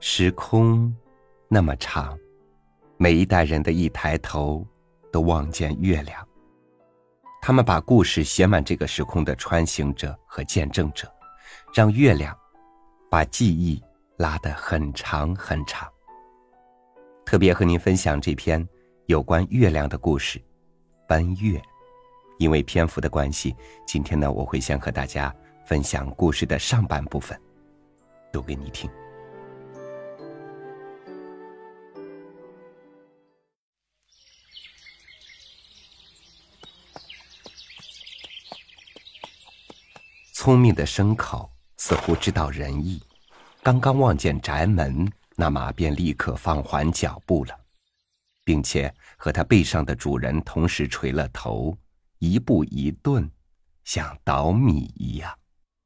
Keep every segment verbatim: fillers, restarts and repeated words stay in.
时空那么长，每一代人的一抬头都望见月亮。他们把故事写满这个时空的穿行者和见证者，让月亮把记忆拉得很长很长。特别和您分享这篇有关月亮的故事《奔月》。因为篇幅的关系，今天呢，我会先和大家分享故事的上半部分，读给你听。聪明的牲口似乎知道人意，刚刚望见宅门，那马便立刻放缓脚步了，并且和他背上的主人同时垂了头，一步一顿，像捣米一样。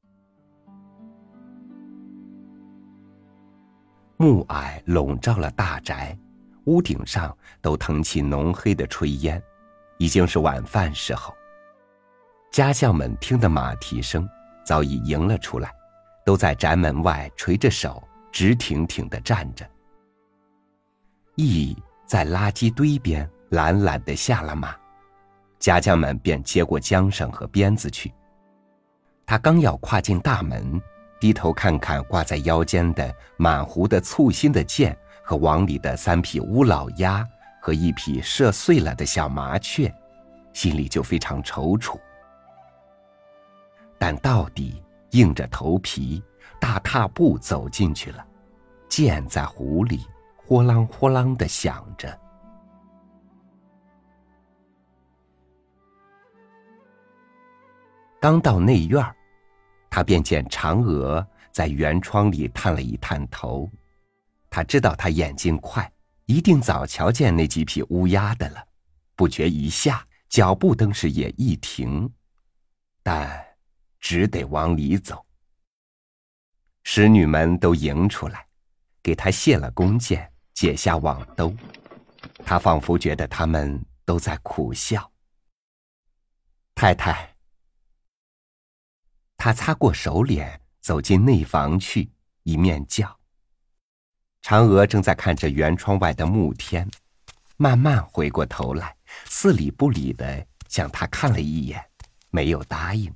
暮霭笼罩了大宅，屋顶上都腾起浓黑的炊烟，已经是晚饭时候。家将们听得马蹄声早已迎了出来，都在宅门外垂着手，直挺挺地站着。羿在垃圾堆边懒懒地下了马，家将们便接过缰绳和鞭子去。他刚要跨进大门，低头看看挂在腰间的满壶的簇新的箭和网里的三匹乌老鸭和一匹射碎了的小麻雀，心里就非常踌躇。但到底硬着头皮大踏步走进去了，箭在壶里豁啷豁啷地响着。刚到内院，他便见嫦娥在圆窗里探了一探头。他知道他眼睛快，一定早瞧见那几匹乌鸦的了，不觉一下，脚步登时也一停，但只得往里走。使女们都迎出来，给他卸了弓箭，解下网兜。他仿佛觉得他们都在苦笑。太太，他擦过手脸，走进内房去，一面叫。嫦娥正在看着圆窗外的暮天，慢慢回过头来，似理不理地向他看了一眼，没有答应。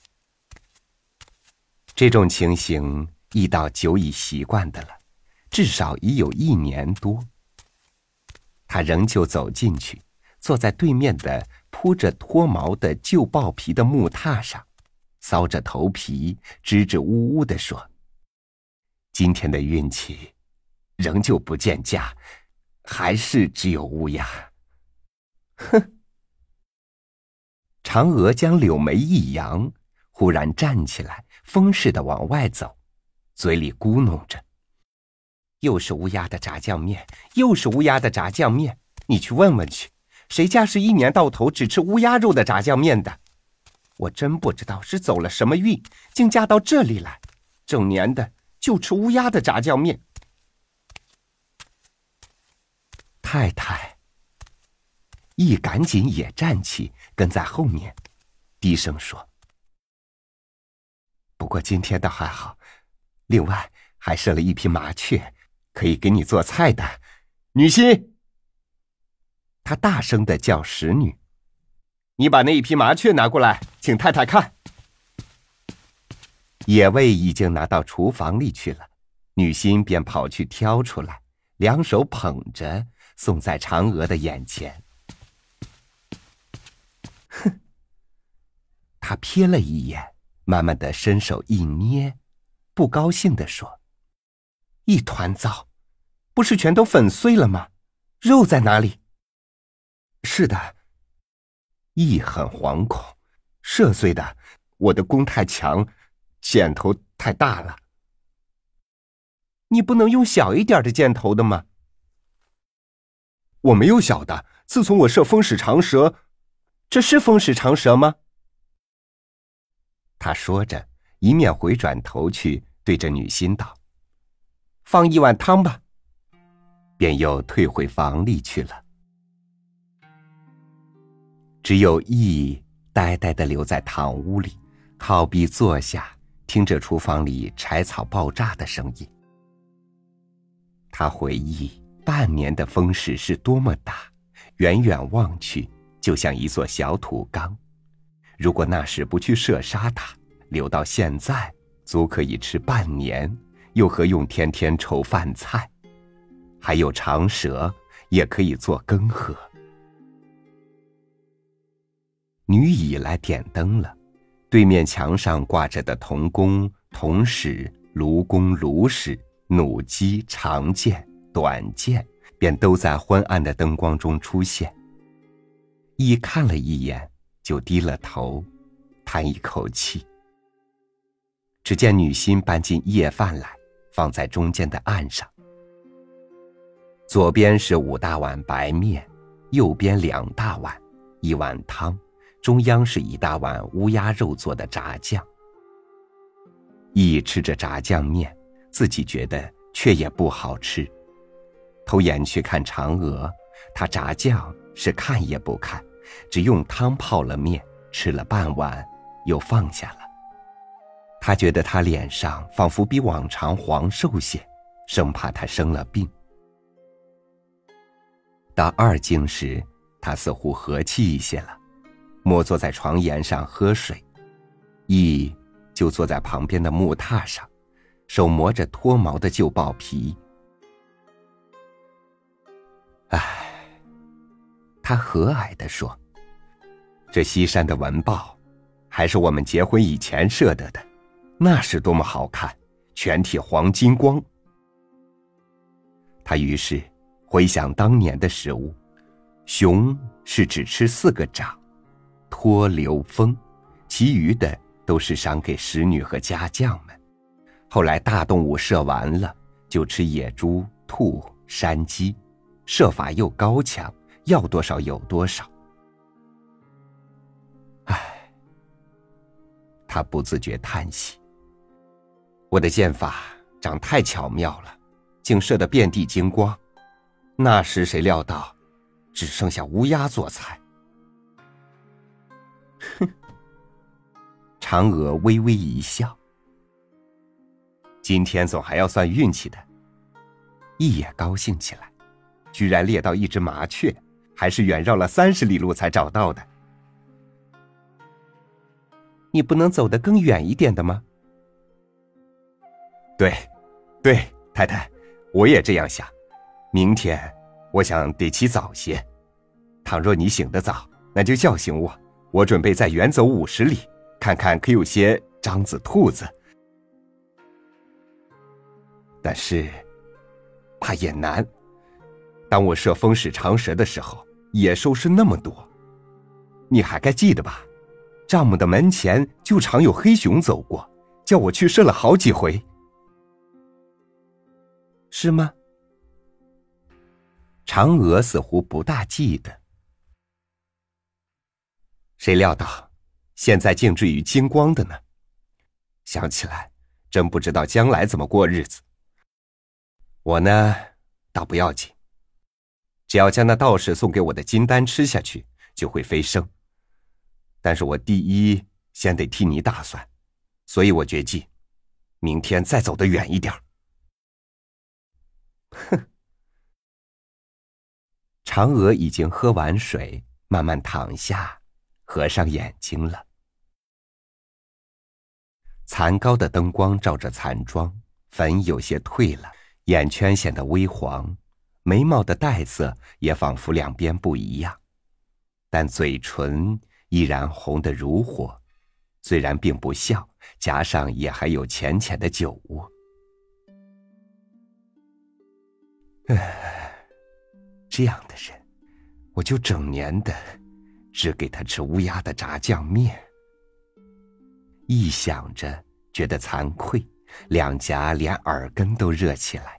这种情形羿倒久已习惯的了，至少已有一年多。他仍旧走进去，坐在对面的铺着脱毛的旧豹皮的木榻上，搔着头皮，支支吾吾地说：今天的运气仍旧不见家，还是只有乌鸦。哼！嫦娥将柳眉一扬，忽然站起来，风似的往外走，嘴里咕哝着：又是乌鸦的炸酱面，又是乌鸦的炸酱面，你去问问去，谁家是一年到头只吃乌鸦肉的炸酱面的？我真不知道是走了什么运，竟嫁到这里来，整年的就吃乌鸦的炸酱面。太太，羿赶紧也站起，跟在后面，低声说：不过今天倒还好，另外还射了一匹麻雀，可以给你做菜的。女婿，他大声地叫使女：你把那一匹麻雀拿过来，请太太看。野味已经拿到厨房里去了，女心便跑去挑出来，两手捧着，送在嫦娥的眼前。哼！他瞥了一眼，慢慢的伸手一捏，不高兴地说：一团糟，不是全都粉碎了吗？肉在哪里？是的。羿很惶恐，射碎的，我的弓太强，箭头太大了。你不能用小一点的箭头的吗？我没有小的，自从我射风使长蛇。这是风使长蛇吗？他说着，一面回转头去，对着女心道：放一碗汤吧。便又退回房里去了。只有羿呆呆地留在堂屋里，靠壁坐下，听着厨房里柴草爆炸的声音。 他回忆半年的风势是多么大，远远望去就像一座小土缸。如果那时不去射杀它，留到现在足可以吃半年，又何用天天愁饭菜？还有长蛇也可以做羹喝。女乙来点灯了，对面墙上挂着的铜弓、铜矢、卢弓、卢矢、弩机、长剑、短剑便都在昏暗的灯光中出现。乙看了一眼，就低了头，叹一口气。只见女星搬进夜饭来，放在中间的案上。左边是五大碗白面，右边两大碗，一碗汤，中央是一大碗乌鸦肉做的炸酱。乙吃着炸酱面，自己觉得却也不好吃。偷眼去看嫦娥，她炸酱是看也不看，只用汤泡了面，吃了半碗又放下了。他觉得他脸上仿佛比往常黄瘦些，生怕他生了病。到二更时，他似乎和气一些了，莫坐在床沿上喝水，乙就坐在旁边的木榻上，手磨着脱毛的旧豹皮。唉，他和蔼地说，这西山的文豹还是我们结婚以前射得的，那是多么好看，全体黄金光。他于是回想当年的食物，熊是只吃四个掌，托留风，其余的都是赏给使女和家将们。后来大动物射完了，就吃野猪、兔、山鸡，射法又高强，要多少有多少。唉，他不自觉叹息，我的剑法长太巧妙了，竟射得遍地金光。那时谁料到只剩下乌鸦做菜。哼，嫦娥微微一笑，今天总还要算运气的。一也高兴起来，居然猎到一只麻雀，还是远绕了三十里路才找到的。你不能走得更远一点的吗？对，对，太太，我也这样想。明天我想得起早些，倘若你醒得早，那就叫醒我，我准备再远走五十里，看看可有些獐子、兔子。但是怕也难，当我射风使长蛇的时候，野兽是那么多。你还该记得吧，丈母的门前就常有黑熊走过，叫我去射了好几回。是吗？嫦娥似乎不大记得。谁料到现在竟至于金光的呢？想起来真不知道将来怎么过日子。我呢倒不要紧，只要将那道士送给我的金丹吃下去，就会飞升。但是我第一先得替你打算，所以我决计明天再走得远一点。哼。嫦娥已经喝完水，慢慢躺下，合上眼睛了。残高的灯光照着残妆，粉有些褪了，眼圈显得微黄，眉毛的黛色也仿佛两边不一样，但嘴唇依然红得如火，虽然并不笑，颊上也还有浅浅的酒窝。唉，这样的人，我就整年的只给他吃乌鸦的炸酱面。一想着，觉得惭愧，两颊连耳根都热起来。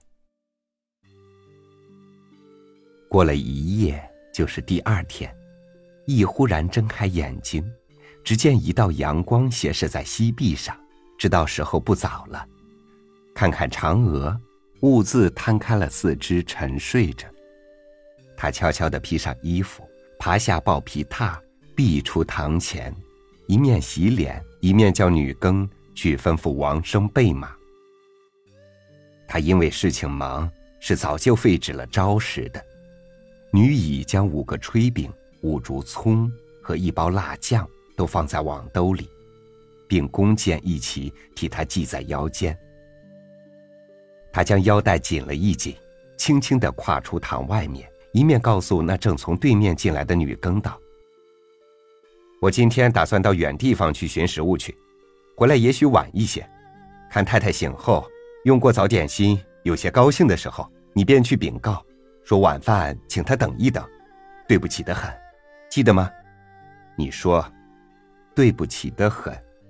过了一夜，就是第二天，羿忽然睁开眼睛，只见一道阳光斜射在西壁上，知道时候不早了。看看嫦娥，兀自摊开了四肢沉睡着。他悄悄地披上衣服，爬下豹皮榻，避出堂前，一面洗脸，一面叫女更去吩咐王生备马。他因为事情忙， 是早就废止了招式的。女乙将五个炊饼、五竹葱和一包辣酱都放在网兜里，并弓箭一起替他系在腰间。他将腰带紧了一紧，轻轻地跨出堂外面，一面告诉那正从对面进来的女更道：我今天打算到远地方去寻食物去，回来也许晚一些，看太太醒后用过早点心有些高兴的时候，你便去禀告，说晚饭请她等一等，对不起得很，记得吗？你说对不起得很。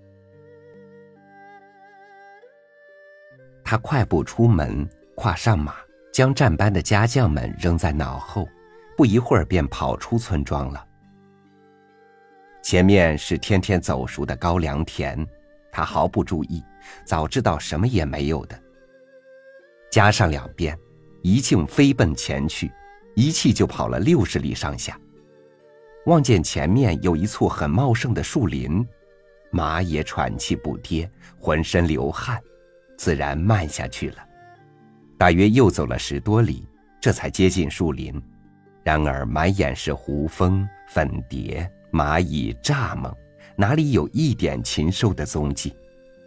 他快步出门，跨上马，将站班的家将们扔在脑后，不一会儿便跑出村庄了。前面是天天走熟的高粱田，他毫不注意，早知道什么也没有的。加上两边，一径飞奔前去，一气就跑了六十里上下。望见前面有一簇很茂盛的树林，马也喘气不迭，浑身流汗，自然慢下去了。大约又走了十多里，这才接近树林。然而满眼是胡蜂、粉蝶、蚂蚁、蚱蜢，哪里有一点禽兽的踪迹？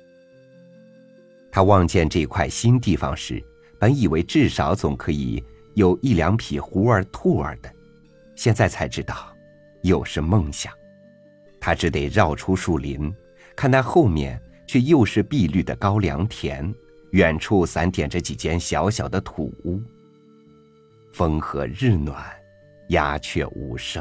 他望见这块新地方时，本以为至少总可以有一两匹狐儿兔儿的，现在才知道又是梦想。他只得绕出树林，看那后面却又是碧绿的高粱田，远处散点着几间小小的土屋。风和日暖，鸦雀无声。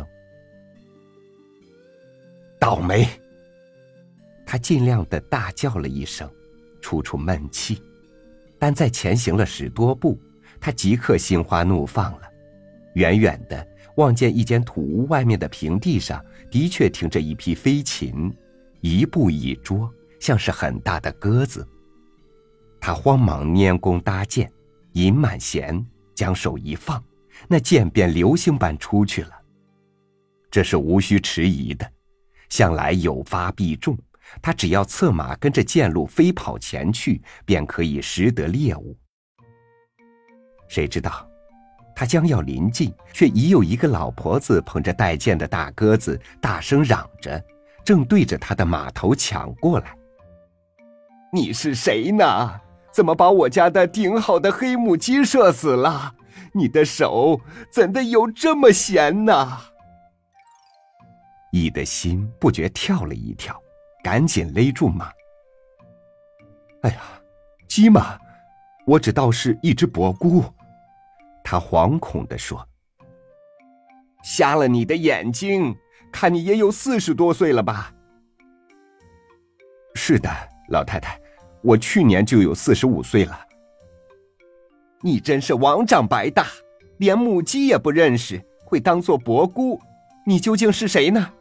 倒霉！他尽量地大叫了一声，出出闷气。但在前行了十多步，他即刻心花怒放了。远远的望见一间土屋外面的平地上的确停着一匹飞禽，一步一捉，像是很大的鸽子。他慌忙拈弓搭箭，引满弦，将手一放，那箭便流星般出去了。这是无需迟疑的，向来有发必中，他只要策马跟着箭路飞跑前去，便可以识得猎物。谁知道他将要临近，却已有一个老婆子捧着带箭的大鸽子，大声嚷着，正对着他的马头抢过来。你是谁呢？怎么把我家的顶好的黑母鸡射死了？你的手怎的有这么闲呢？乙的心不觉跳了一跳，赶紧勒住马。哎呀，鸡嘛，我只道是一只鹧鸪。他惶恐地说。瞎了你的眼睛，看你也有四十多岁了吧？是的，老太太，我去年就有四十五岁了。你真是王长白大，连母鸡也不认识，会当作鹧鸪。你究竟是谁呢？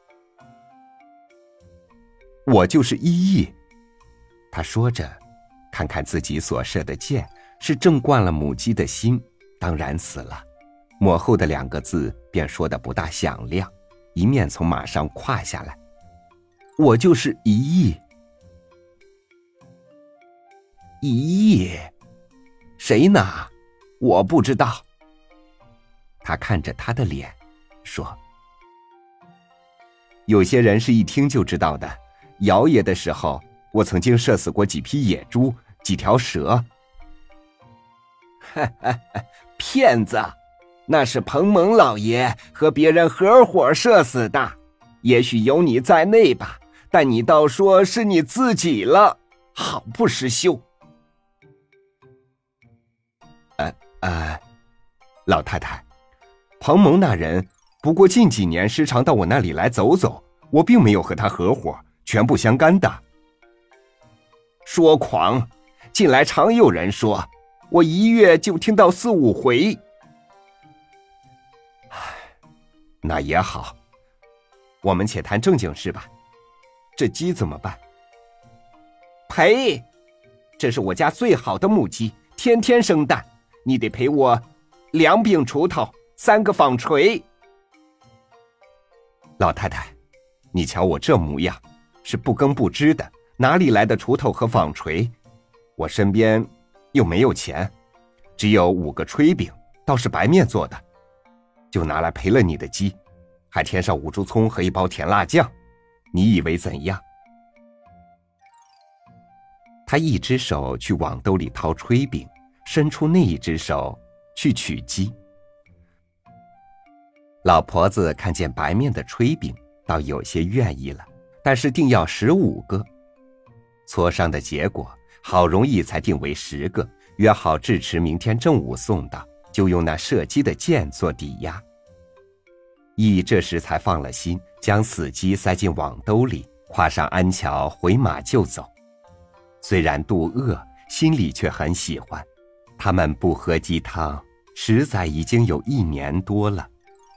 我就是一义。他说着，看看自己所射的箭，是正灌了母鸡的心，当然死了。末后的两个字便说得不大响亮，一面从马上跨下来。我就是一义。一义？谁呢？我不知道。他看着他的脸，说：有些人是一听就知道的。姚爷的时候，我曾经射死过几匹野猪，几条蛇。骗子！那是彭蒙老爷和别人合伙射死的，也许有你在内吧，但你倒说是你自己了，好不识羞。呃呃，老太太，彭蒙那人不过近几年时常到我那里来走走，我并没有和他合伙，全不相干的。说狂！近来常有人说，我一月就听到四五回。那也好，我们且谈正经事吧。这鸡怎么办？赔！这是我家最好的母鸡，天天生蛋，你得赔我两柄锄头，三个纺锤。老太太，你瞧我这模样，是不耕不织的，哪里来的锄头和纺锤？我身边又没有钱， 只有五个炊饼，倒是白面做的，就拿来赔了你的鸡，还添上五株葱和一包甜辣酱，你以为怎样？”他一只手去网兜里掏炊饼，伸出那一只手去取鸡。老婆子看见白面的炊饼，倒有些愿意了，但是定要十五个。磋商的结果，好容易才定为十个，约好至迟明天正午送到，就用那射鸡的箭做抵押。羿这时才放了心，将死鸡塞进网兜里，跨上安桥，回马就走。虽然肚饿，心里却很喜欢。他们不喝鸡汤，实在已经有一年多了。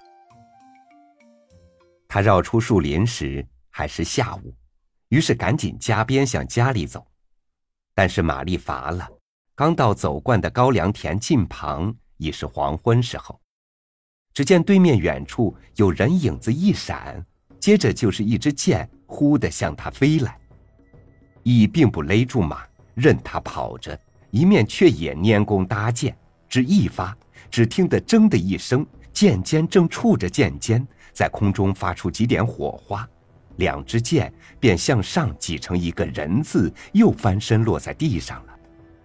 他绕出树林时还是下午，于是赶紧加鞭向家里走。但是马力乏了，刚到走惯的高粱田近旁，已是黄昏时候。只见对面远处有人影子一闪，接着就是一支箭忽地向他飞来。羿并不勒住马，任他跑着，一面却也拈弓搭箭，只一发，只听得铮的一声，箭尖正触着箭尖，在空中发出几点火花，两支箭便向上挤成一个人字，又翻身落在地上了。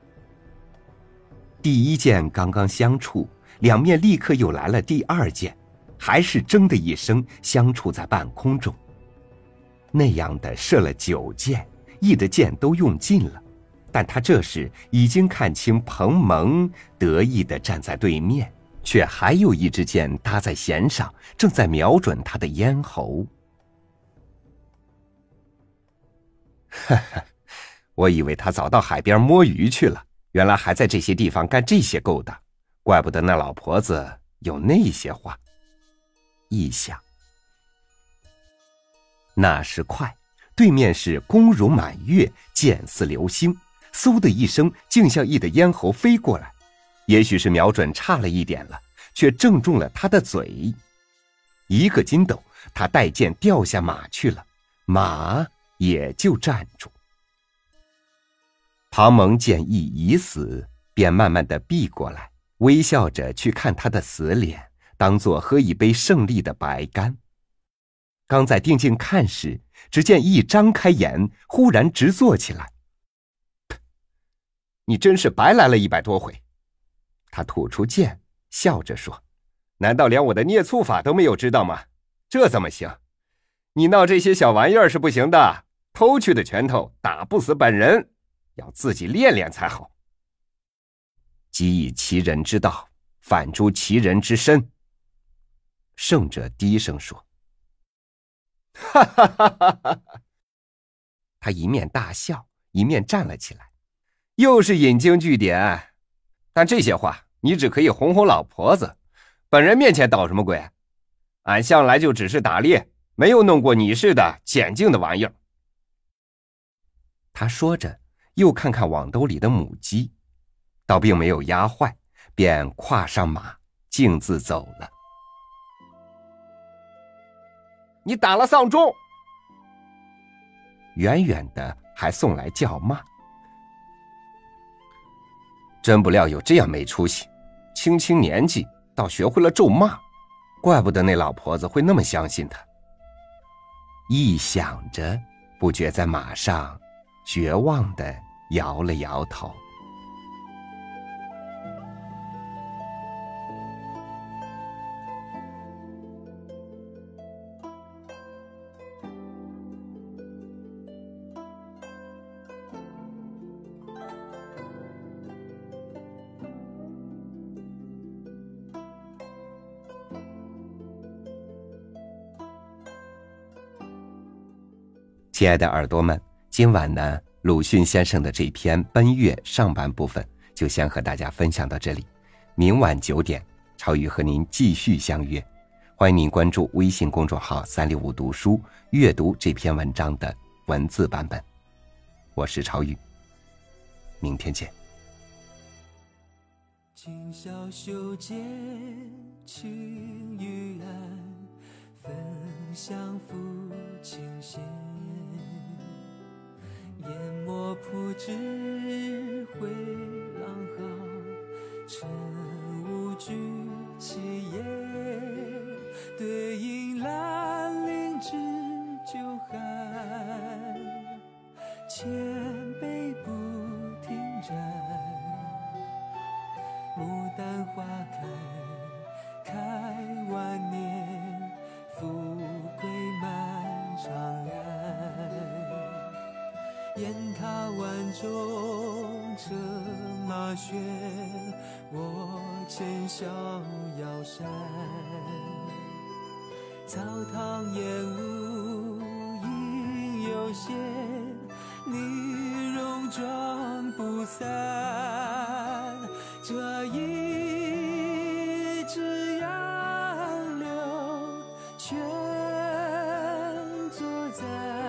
第一箭刚刚相触，两面立刻又来了第二箭，还是铮的一声相触在半空中。那样的射了九箭，羿的箭都用尽了，但他这时已经看清彭蒙得意地站在对面，却还有一支箭搭在弦上，正在瞄准他的咽喉。哈哈，我以为他早到海边摸鱼去了，原来还在这些地方干这些勾当，怪不得那老婆子有那些话。羿想，那时快，对面是弓如满月，箭似流星，嗖的一声竟向羿的咽喉飞过来，也许是瞄准差了一点了，却正中了他的嘴。一个筋斗，他带箭掉下马去了，马也就站住。庞蒙见羿已死，便慢慢地避过来，微笑着去看他的死脸，当作喝一杯胜利的白干。刚在定睛看时，只见羿张开眼，忽然直坐起来。你真是白来了一百多回。他吐出剑，笑着说，难道连我的捏醋法都没有知道吗？这怎么行？你闹这些小玩意儿是不行的，偷去的拳头打不死本人，要自己练练才好。己以其人之道，反诛其人之身。胜者低声说，哈哈哈哈哈！他一面大笑，一面站了起来，又是引经据典，但这些话你只可以哄哄老婆子，本人面前捣什么鬼？俺向来就只是打猎，没有弄过你似的险境的玩意儿。他说着，又看看网兜里的母鸡，倒并没有压坏，便跨上马，径自走了。你打了丧钟！远远的还送来叫骂。真不料有这样没出息，轻轻年纪倒学会了咒骂，怪不得那老婆子会那么相信他。一想着，不觉在马上绝望地摇了摇头。亲爱的耳朵们，今晚呢，鲁迅先生的这篇《奔月》上半部分就先和大家分享到这里。明晚九点，超宇和您继续相约。欢迎您关注微信公众号三六五读书，阅读这篇文章的文字版本。我是超宇，明天见。 今宵袖间情与爱，分享抚琴弦，研磨铺纸绘浪号，沉举起耶，对影兰陵之久寒，千杯不停站，牡丹花开，开万年，富贵满长安。雁踏万钟，车马喧，我牵逍遥山。草堂烟雾映幽仙，你容妆不散。这一枝杨柳全作在，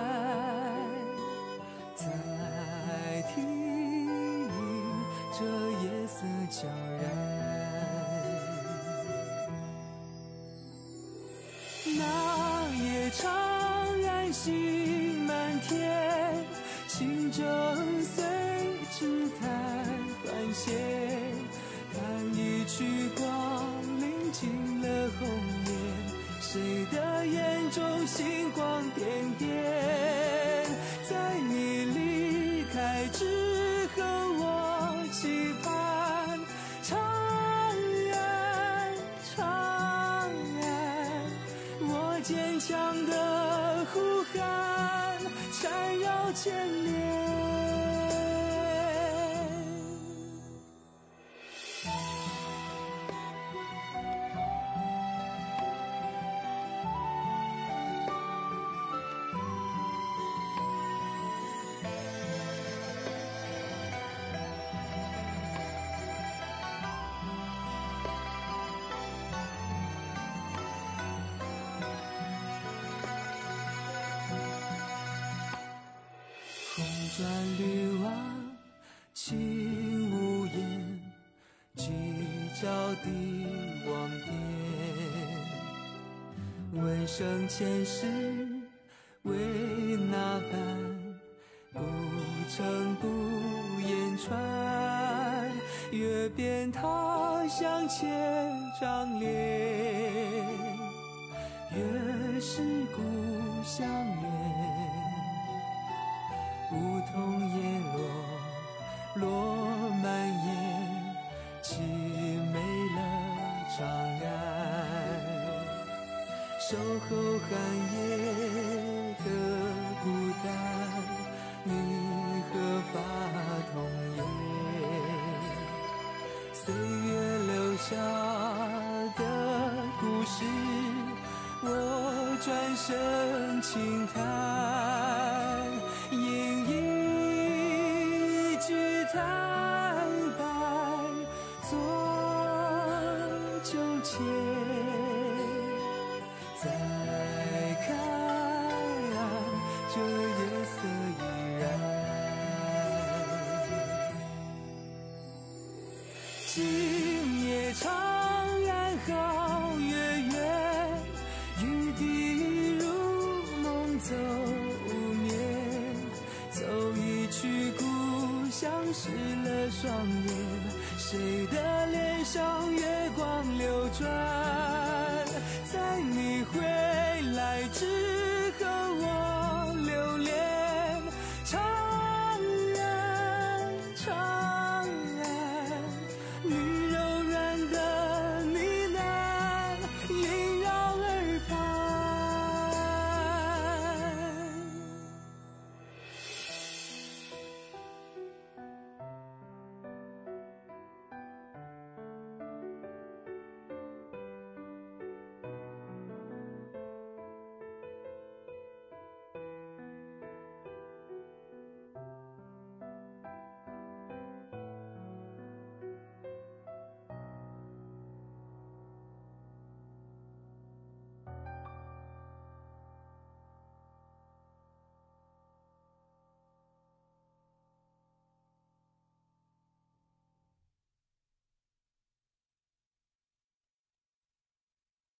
再听这夜色悄然。那夜长安星满天，轻舟随枝弹断线，看一曲光临尽了红颜，谁的眼中星光点点。在你离开之后，我期盼长安长安，我坚强的呼喊缠绕千年。转绿瓦，轻无言，举照地望天。问声前世为哪般，不成不言传。月边他乡千丈莲，月是故乡远。梧桐叶落，落满眼，凄美了长安。守候寒夜的孤单，你何发童颜？岁月留下的故事，我转身轻叹。饮一句太白，作酒千，再看这夜色依然。今夜长安好月圆，玉笛如梦走走一曲故乡，湿了双眼，谁的脸上月光流转？在你回来之